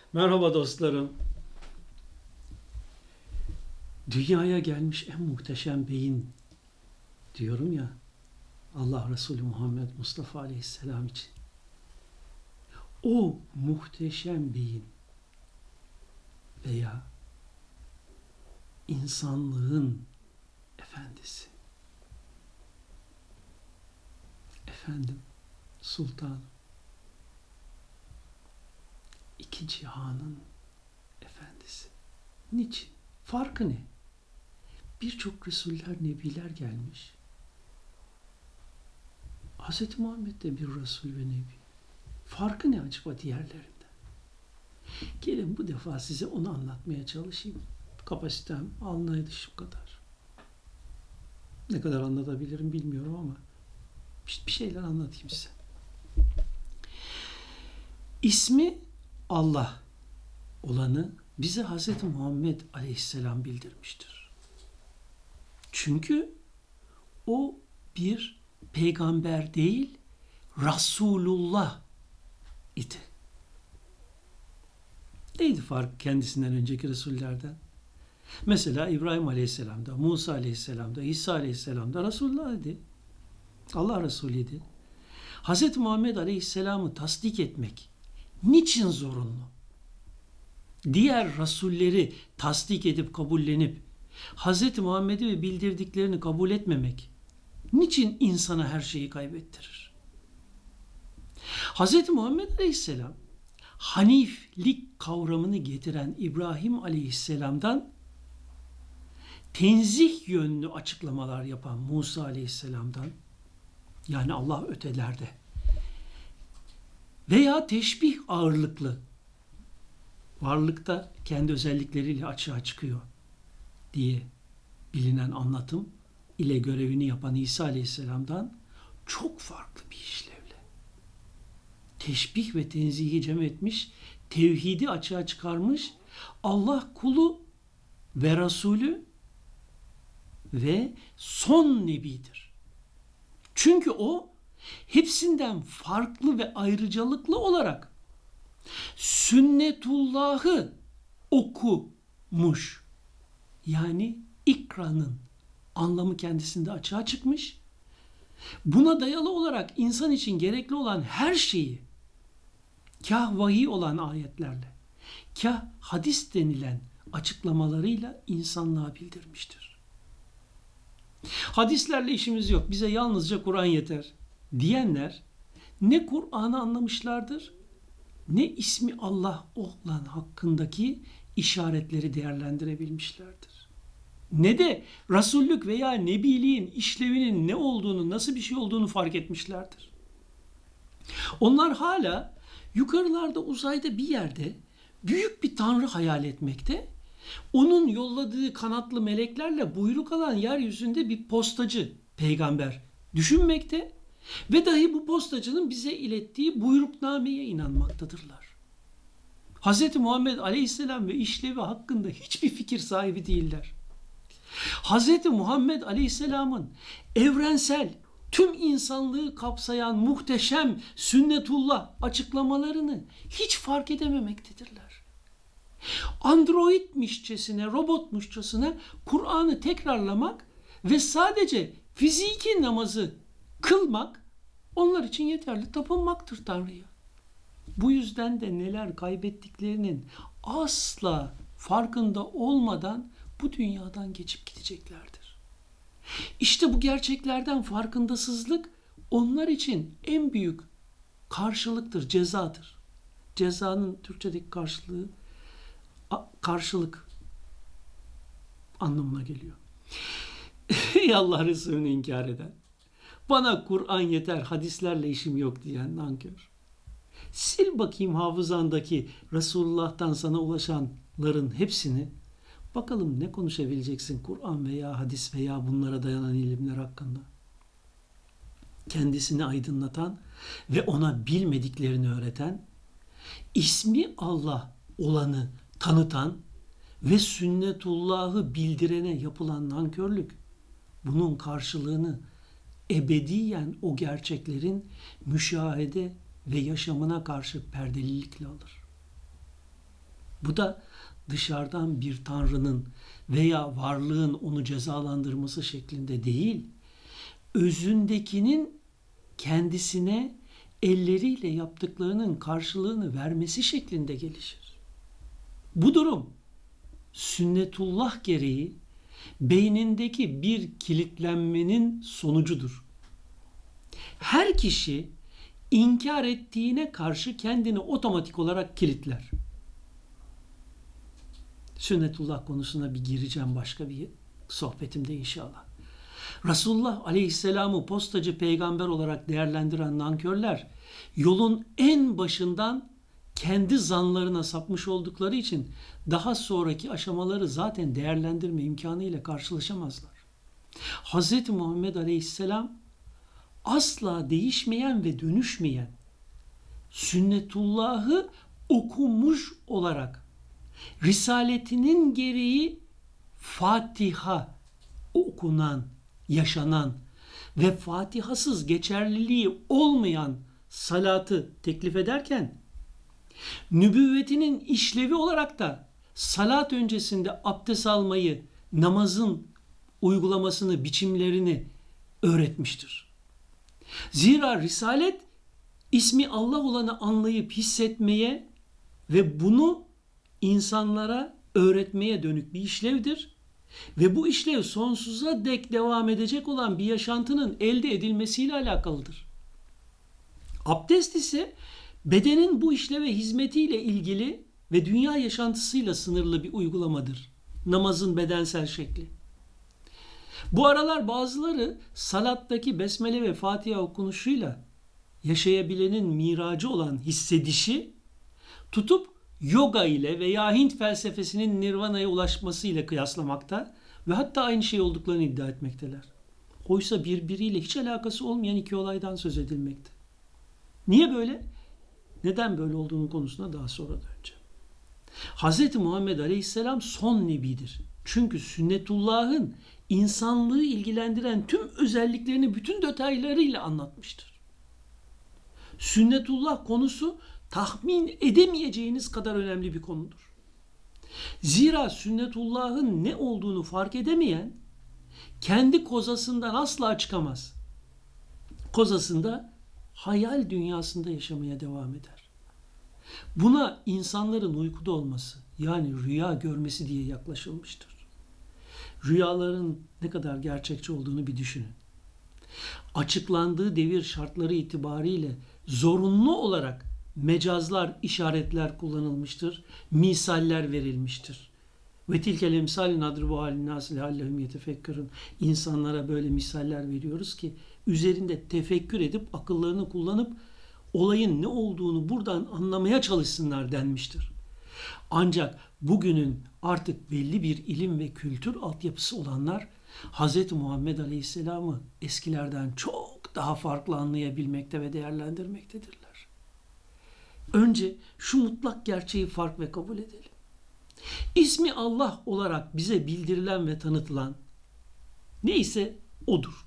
Merhaba dostlarım. Dünyaya gelmiş en muhteşem beyin diyorum ya, Allah Resulü Muhammed Mustafa Aleyhisselam için. O muhteşem beyin veya insanlığın efendisi, efendim, sultanım, iki cihanın efendisi. Niçin? Farkı ne? Birçok Resuller, Nebiler gelmiş. Hz. Muhammed de bir Resul ve Nebi. Farkı ne acaba diğerlerinden? Gelin bu defa size onu anlatmaya çalışayım. Kapasitem alnaydı şu kadar. Ne kadar anlatabilirim bilmiyorum ama bir şeyler anlatayım size. İsmi Allah olanı bize Hz. Muhammed Aleyhisselam bildirmiştir. Çünkü o bir peygamber değil, Resulullah idi. Neydi fark kendisinden önceki Resullerden? Mesela İbrahim Aleyhisselam'da, Musa Aleyhisselam'da, İsa Aleyhisselam'da Resulullah idi. Allah Resulü idi. Hz. Muhammed Aleyhisselam'ı tasdik etmek niçin zorunlu? Diğer Resulleri tasdik edip kabullenip Hz. Muhammed'i ve bildirdiklerini kabul etmemek niçin insana her şeyi kaybettirir? Hz. Muhammed Aleyhisselam haniflik kavramını getiren İbrahim Aleyhisselam'dan tenzih yönlü açıklamalar yapan Musa Aleyhisselam'dan, yani Allah ötelerde, veya teşbih ağırlıklı, varlıkta kendi özellikleriyle açığa çıkıyor diye bilinen anlatım ile görevini yapan İsa Aleyhisselam'dan çok farklı bir işlevle teşbih ve tenzihi cem etmiş, tevhidi açığa çıkarmış, Allah kulu ve Resulü ve son nebidir. Çünkü o hepsinden farklı ve ayrıcalıklı olarak sünnetullahı okumuş. Yani ikranın anlamı kendisinde açığa çıkmış. Buna dayalı olarak insan için gerekli olan her şeyi kah vahiy olan ayetlerle, kah hadis denilen açıklamalarıyla insanlığa bildirmiştir. Hadislerle işimiz yok, bize yalnızca Kur'an yeter diyenler ne Kur'an'ı anlamışlardır, ne ismi Allah olan hakkındaki işaretleri değerlendirebilmişlerdir. Ne de Resullük veya Nebiliğin işlevinin ne olduğunu, nasıl bir şey olduğunu fark etmişlerdir. Onlar hala yukarılarda, uzayda bir yerde büyük bir tanrı hayal etmekte, onun yolladığı kanatlı meleklerle buyruk alan yeryüzünde bir postacı, peygamber düşünmekte ve dahi bu postacının bize ilettiği buyruknameye inanmaktadırlar. Hz. Muhammed Aleyhisselam ve işlevi hakkında hiçbir fikir sahibi değiller. Hz. Muhammed Aleyhisselam'ın evrensel, tüm insanlığı kapsayan muhteşem sünnetullah açıklamalarını hiç fark edememektedirler. Androidmişçesine, robotmuşçasına Kur'an'ı tekrarlamak ve sadece fiziki namazı kılmak onlar için yeterli, tapınmaktır Tanrı'ya. Bu yüzden de neler kaybettiklerinin asla farkında olmadan bu dünyadan geçip gideceklerdir. İşte bu gerçeklerden farkındasızlık onlar için en büyük karşılıktır, cezadır. Cezanın Türkçedeki karşılığı karşılık anlamına geliyor. Ey Allah Resulü'nü inkar eden, bana Kur'an yeter, hadislerle işim yok diyen nankör. Sil bakayım hafızandaki Resulullah'tan sana ulaşanların hepsini. Bakalım ne konuşabileceksin Kur'an veya hadis veya bunlara dayanan ilimler hakkında. Kendisini aydınlatan ve ona bilmediklerini öğreten, ismi Allah olanı tanıtan ve sünnetullahı bildirene yapılan nankörlük, bunun karşılığını ebediyen o gerçeklerin müşahede ve yaşamına karşı perdelilikle alır. Bu da dışarıdan bir tanrının veya varlığın onu cezalandırması şeklinde değil, özündekinin kendisine elleriyle yaptıklarının karşılığını vermesi şeklinde gelişir. Bu durum sünnetullah gereği beynindeki bir kilitlenmenin sonucudur. Her kişi inkar ettiğine karşı kendini otomatik olarak kilitler. Sünnetullah konusuna bir gireceğim başka bir sohbetimde inşallah. Resulullah Aleyhisselam'ı postacı peygamber olarak değerlendiren nankörler yolun en başından kendi zanlarına sapmış oldukları için daha sonraki aşamaları zaten değerlendirme imkanıyla karşılaşamazlar. Hz. Muhammed Aleyhisselam asla değişmeyen ve dönüşmeyen, sünnetullahı okumuş olarak risaletinin gereği Fatiha okunan, yaşanan ve Fatihasız geçerliliği olmayan salatı teklif ederken, nübüvvetinin işlevi olarak da salat öncesinde abdest almayı, namazın uygulamasını, biçimlerini öğretmiştir. Zira risalet ismi Allah olanı anlayıp hissetmeye ve bunu insanlara öğretmeye dönük bir işlevdir. Ve bu işlev sonsuza dek devam edecek olan bir yaşantının elde edilmesiyle alakalıdır. Abdest ise bedenin bu işleve hizmetiyle ilgili ve dünya yaşantısıyla sınırlı bir uygulamadır. Namazın bedensel şekli. Bu aralar bazıları salattaki besmele ve Fatiha okunuşuyla yaşayabilenin miracı olan hissedişi tutup yoga ile veya Hint felsefesinin nirvana'ya ulaşması ile kıyaslamakta ve hatta aynı şey olduklarını iddia etmekteler. Oysa birbiriyle hiç alakası olmayan iki olaydan söz edilmekte. Niye böyle? Neden böyle olduğunun konusuna daha sonra döneceğim. Hz. Muhammed Aleyhisselam son nebidir. Çünkü sünnetullahın insanlığı ilgilendiren tüm özelliklerini bütün detaylarıyla anlatmıştır. Sünnetullah konusu tahmin edemeyeceğiniz kadar önemli bir konudur. Zira sünnetullahın ne olduğunu fark edemeyen kendi kozasından asla çıkamaz. Kozasında hayal dünyasında yaşamaya devam eder. Buna insanların uykuda olması, yani rüya görmesi diye yaklaşılmıştır. Rüyaların ne kadar gerçekçi olduğunu bir düşünün. Açıklandığı devir şartları itibariyle zorunlu olarak mecazlar, işaretler kullanılmıştır, misaller verilmiştir. Ve tilkel emsalin adribu halin nasi leallehum yetefekkürün. İnsanlara böyle misaller veriyoruz ki üzerinde tefekkür edip akıllarını kullanıp olayın ne olduğunu buradan anlamaya çalışsınlar denmiştir. Ancak bugünün artık belli bir ilim ve kültür altyapısı olanlar Hz. Muhammed Aleyhisselam'ı eskilerden çok daha farklı anlayabilmekte ve değerlendirmektedirler. Önce şu mutlak gerçeği fark ve kabul edelim. İsmi Allah olarak bize bildirilen ve tanıtılan neyse odur.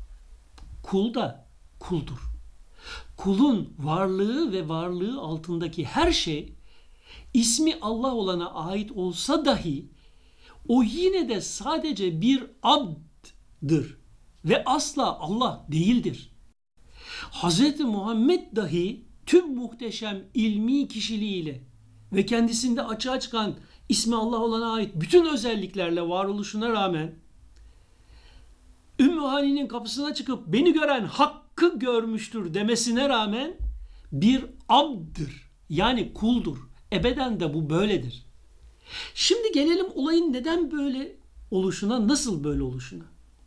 Kul da kuldur. Kulun varlığı ve varlığı altındaki her şey ismi Allah olana ait olsa dahi o yine de sadece bir abd'dır ve asla Allah değildir. Hz. Muhammed dahi tüm muhteşem ilmi kişiliğiyle ve kendisinde açığa çıkan ismi Allah olana ait bütün özelliklerle varoluşuna rağmen Ümmü Hani'nin kapısına çıkıp beni gören hakkı görmüştür demesine rağmen bir abd'dır. Yani kuldur. Ebeden de bu böyledir. Şimdi gelelim olayın neden böyle oluşuna, nasıl böyle oluşuna.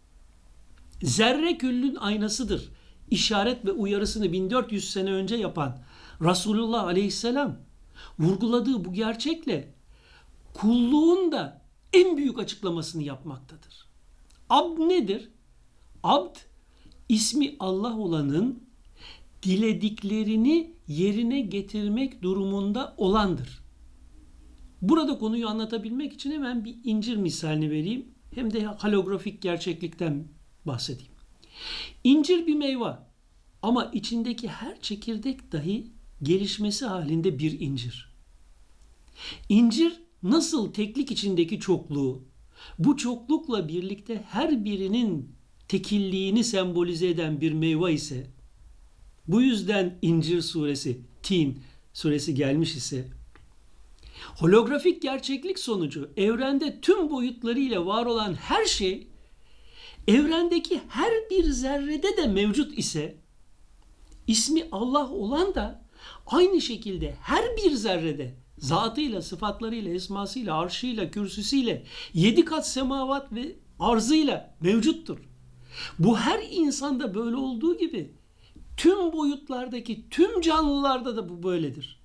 Zerre küllün aynasıdır. İşaret ve uyarısını 1400 sene önce yapan Resulullah Aleyhisselam vurguladığı bu gerçekle kulluğun da en büyük açıklamasını yapmaktadır. Abd nedir? Abd, ismi Allah olanın dilediklerini yerine getirmek durumunda olandır. Burada konuyu anlatabilmek için hemen bir incir misalini vereyim. Hem de holografik gerçeklikten bahsedeyim. İncir bir meyve ama içindeki her çekirdek dahi gelişmesi halinde bir incir. İncir nasıl teklik içindeki çokluğu, bu çoklukla birlikte her birinin tekilliğini sembolize eden bir meyve ise, bu yüzden İncir suresi, Tin suresi gelmiş ise, holografik gerçeklik sonucu evrende tüm boyutlarıyla var olan her şey, evrendeki her bir zerrede de mevcut ise, ismi Allah olan da aynı şekilde her bir zerrede zatıyla, sıfatlarıyla, esmasıyla, arşıyla, kürsüsüyle, 7 kat semavat ve arzıyla mevcuttur. Bu her insanda böyle olduğu gibi tüm boyutlardaki tüm canlılarda da bu böyledir.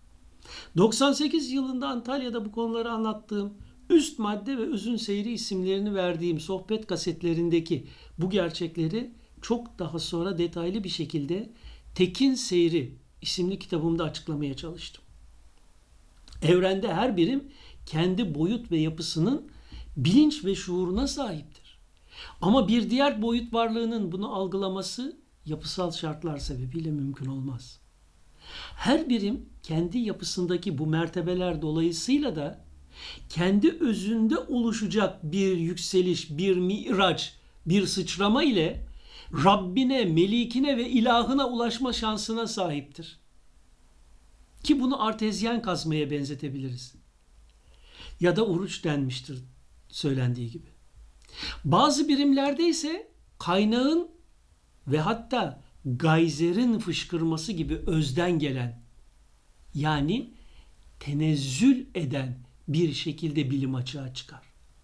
98 yılında Antalya'da bu konuları anlattığım, Üst Madde ve Özün Seyri isimlerini verdiğim sohbet kasetlerindeki bu gerçekleri çok daha sonra detaylı bir şekilde Tekin Seyri isimli kitabımda açıklamaya çalıştım. Evrende her birim kendi boyut ve yapısının bilinç ve şuuruna sahiptir. Ama bir diğer boyut varlığının bunu algılaması yapısal şartlar sebebiyle mümkün olmaz. Her birim kendi yapısındaki bu mertebeler dolayısıyla da kendi özünde oluşacak bir yükseliş, bir miraç, bir sıçrama ile Rabbine, Melikine ve ilahına ulaşma şansına sahiptir. Ki bunu artezyen kazmaya benzetebiliriz. Ya da oruç denmiştir söylendiği gibi. Bazı birimlerde ise kaynağın ve hatta gayzerin fışkırması gibi özden gelen, yani tenezzül eden bir şekilde bilim açığa çıkar.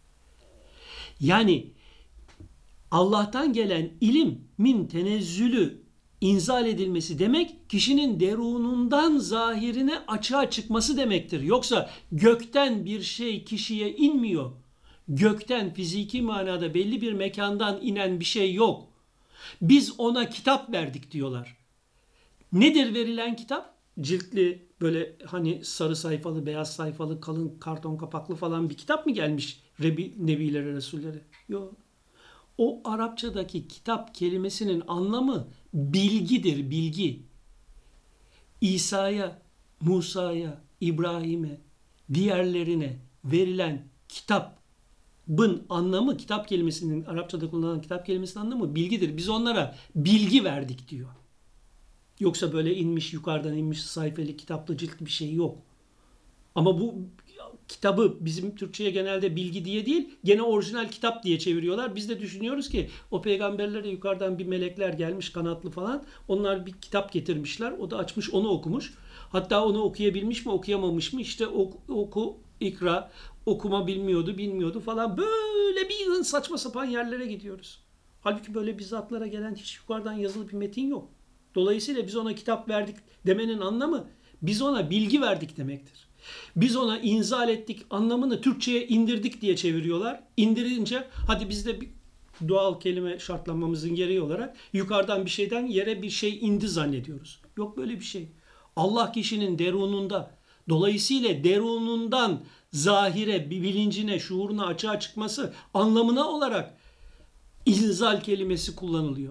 Yani Allah'tan gelen ilimin tenezzülü, inzal edilmesi demek kişinin derunundan zahirine açığa çıkması demektir. Yoksa gökten bir şey kişiye inmiyor. Gökten fiziki manada belli bir mekandan inen bir şey yok. Biz ona kitap verdik diyorlar. Nedir verilen kitap? Ciltli, böyle hani sarı sayfalı, beyaz sayfalı, kalın karton kapaklı falan bir kitap mı gelmiş Nebilere, Resullere? Yok. O Arapçadaki kitap kelimesinin anlamı bilgidir, bilgi. İsa'ya, Musa'ya, İbrahim'e, diğerlerine verilen kitabın anlamı, kitap kelimesinin, Arapçada kullanılan kitap kelimesinin anlamı bilgidir. Biz onlara bilgi verdik diyor. Yoksa böyle inmiş, yukarıdan inmiş sayfalı, kitaplı, ciltli bir şey yok. Ama bu kitabı bizim Türkçe'ye genelde bilgi diye değil, gene orijinal kitap diye çeviriyorlar. Biz de düşünüyoruz ki o peygamberlere yukarıdan bir melekler gelmiş, kanatlı falan. Onlar bir kitap getirmişler. O da açmış, onu okumuş. Hatta onu okuyabilmiş mi, okuyamamış mı? İşte oku, ikra, okuma bilmiyordu falan. Böyle bir yığın saçma sapan yerlere gidiyoruz. Halbuki böyle bizzatlara gelen hiç yukarıdan yazılı bir metin yok. Dolayısıyla biz ona kitap verdik demenin anlamı biz ona bilgi verdik demektir. Biz ona inzal ettik anlamını Türkçe'ye indirdik diye çeviriyorlar. İndirince hadi biz de bir doğal kelime şartlanmamızın gereği olarak yukarıdan bir şeyden yere bir şey indi zannediyoruz. Yok böyle bir şey. Allah kişinin derununda, dolayısıyla derunundan zahire, bilincine, şuuruna açığa çıkması anlamına olarak inzal kelimesi kullanılıyor.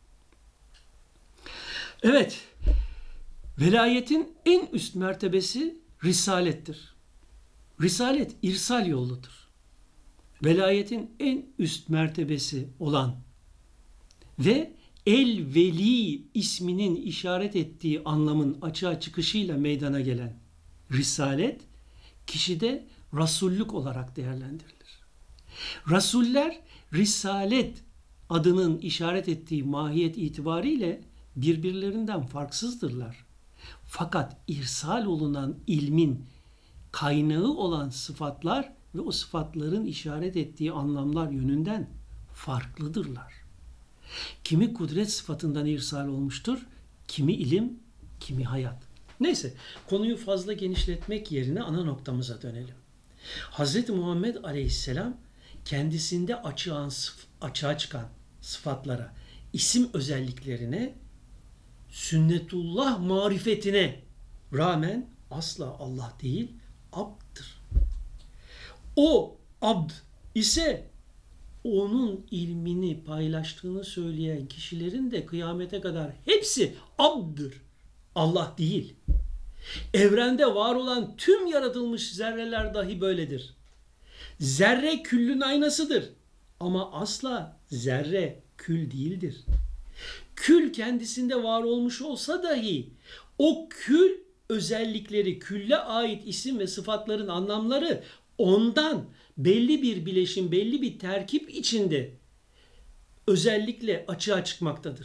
Evet, velayetin en üst mertebesi risalettir. Risalet irsal yoludur. Velayetin en üst mertebesi olan ve el-veli isminin işaret ettiği anlamın açığa çıkışıyla meydana gelen risalet kişide rasullük olarak değerlendirilir. Rasuller risalet adının işaret ettiği mahiyet itibariyle birbirlerinden farksızdırlar. Fakat irsal olunan ilmin kaynağı olan sıfatlar ve o sıfatların işaret ettiği anlamlar yönünden farklıdırlar. Kimi kudret sıfatından irsal olmuştur, kimi ilim, kimi hayat. Neyse, konuyu fazla genişletmek yerine ana noktamıza dönelim. Hz. Muhammed Aleyhisselam kendisinde açığa çıkan sıfatlara, isim özelliklerine, sünnetullah marifetine rağmen asla Allah değil, abd'dır. O abd ise onun ilmini paylaştığını söyleyen kişilerin de kıyamete kadar hepsi abd'dır. Allah değil. Evrende var olan tüm yaratılmış zerreler dahi böyledir. Zerre küllün aynasıdır. Ama asla zerre kül değildir. Kül kendisinde var olmuş olsa dahi o kül özellikleri, külle ait isim ve sıfatların anlamları ondan belli bir bileşim, belli bir terkip içinde özellikle açığa çıkmaktadır.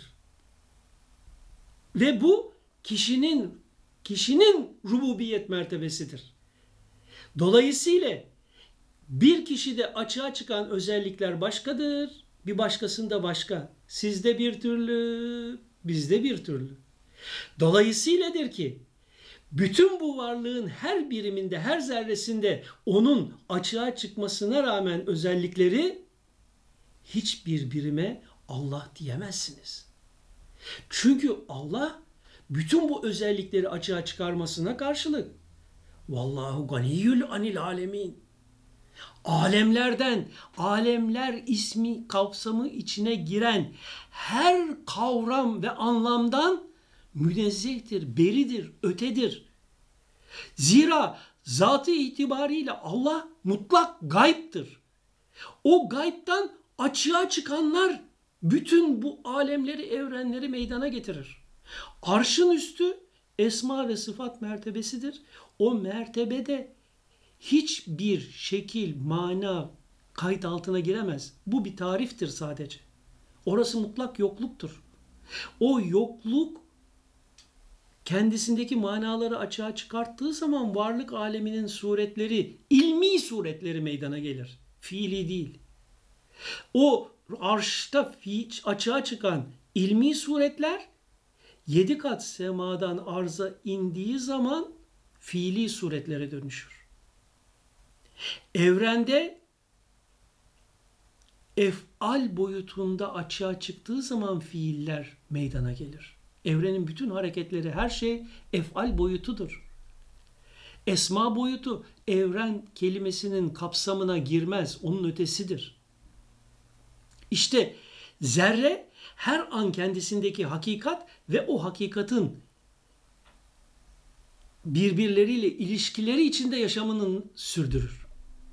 Ve bu kişinin rububiyet mertebesidir. Dolayısıyla bir kişide açığa çıkan özellikler başkadır, bir başkasında başka. Sizde bir türlü, bizde bir türlü. Dolayısıyladır ki bütün bu varlığın her biriminde, her zerresinde onun açığa çıkmasına rağmen özellikleri hiçbir birime Allah diyemezsiniz. Çünkü Allah bütün bu özellikleri açığa çıkarmasına karşılık vallahu ganiyyül anil alemin. Alemlerden, alemler ismi kapsamı içine giren her kavram ve anlamdan münezzehtir, beridir, ötedir. Zira zatı itibariyle Allah mutlak gayiptir. O gayipten açığa çıkanlar bütün bu alemleri, evrenleri meydana getirir. Arşın üstü esma ve sıfat mertebesidir. O mertebede hiçbir şekil, mana kayıt altına giremez. Bu bir tariftir sadece. Orası mutlak yokluktur. O yokluk kendisindeki manaları açığa çıkarttığı zaman varlık aleminin suretleri, ilmi suretleri meydana gelir. Fiili değil. O arşta açığa çıkan ilmi suretler 7 kat semadan arza indiği zaman fiili suretlere dönüşür. Evrende ef'al boyutunda açığa çıktığı zaman fiiller meydana gelir. Evrenin bütün hareketleri, her şey ef'al boyutudur. Esma boyutu evren kelimesinin kapsamına girmez, onun ötesidir. İşte zerre her an kendisindeki hakikat ve o hakikatin birbirleriyle ilişkileri içinde yaşamını sürdürür.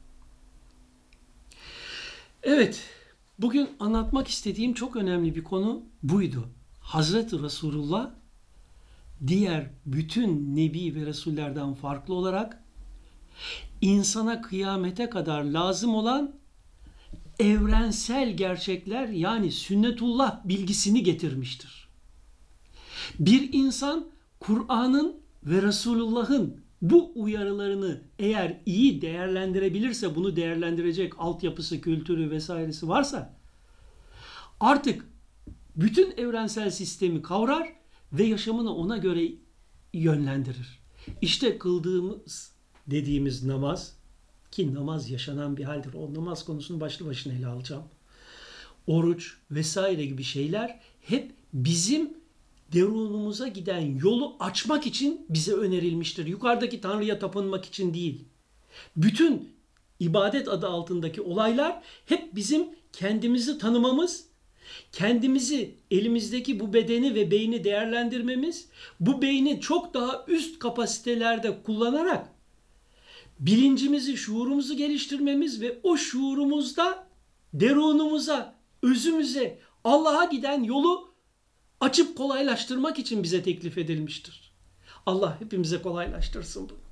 Evet, bugün anlatmak istediğim çok önemli bir konu buydu. Hazreti Resulullah diğer bütün nebi ve resullerden farklı olarak insana kıyamete kadar lazım olan evrensel gerçekler yani sünnetullah bilgisini getirmiştir. Bir insan Kur'an'ın ve Resulullah'ın bu uyarılarını eğer iyi değerlendirebilirse, bunu değerlendirecek altyapısı, kültürü vesairesi varsa artık bütün evrensel sistemi kavrar ve yaşamını ona göre yönlendirir. İşte kıldığımız dediğimiz namaz, ki namaz yaşanan bir haldir. O namaz konusunu başlı başına ele alacağım. Oruç vesaire gibi şeyler hep bizim derunumuza giden yolu açmak için bize önerilmiştir. Yukarıdaki Tanrı'ya tapınmak için değil. Bütün ibadet adı altındaki olaylar hep bizim kendimizi tanımamız, kendimizi, elimizdeki bu bedeni ve beyni değerlendirmemiz, bu beyni çok daha üst kapasitelerde kullanarak bilincimizi, şuurumuzu geliştirmemiz ve o şuurumuzda derunumuza, özümüze, Allah'a giden yolu açıp kolaylaştırmak için bize teklif edilmiştir. Allah hepimize kolaylaştırsın bunu.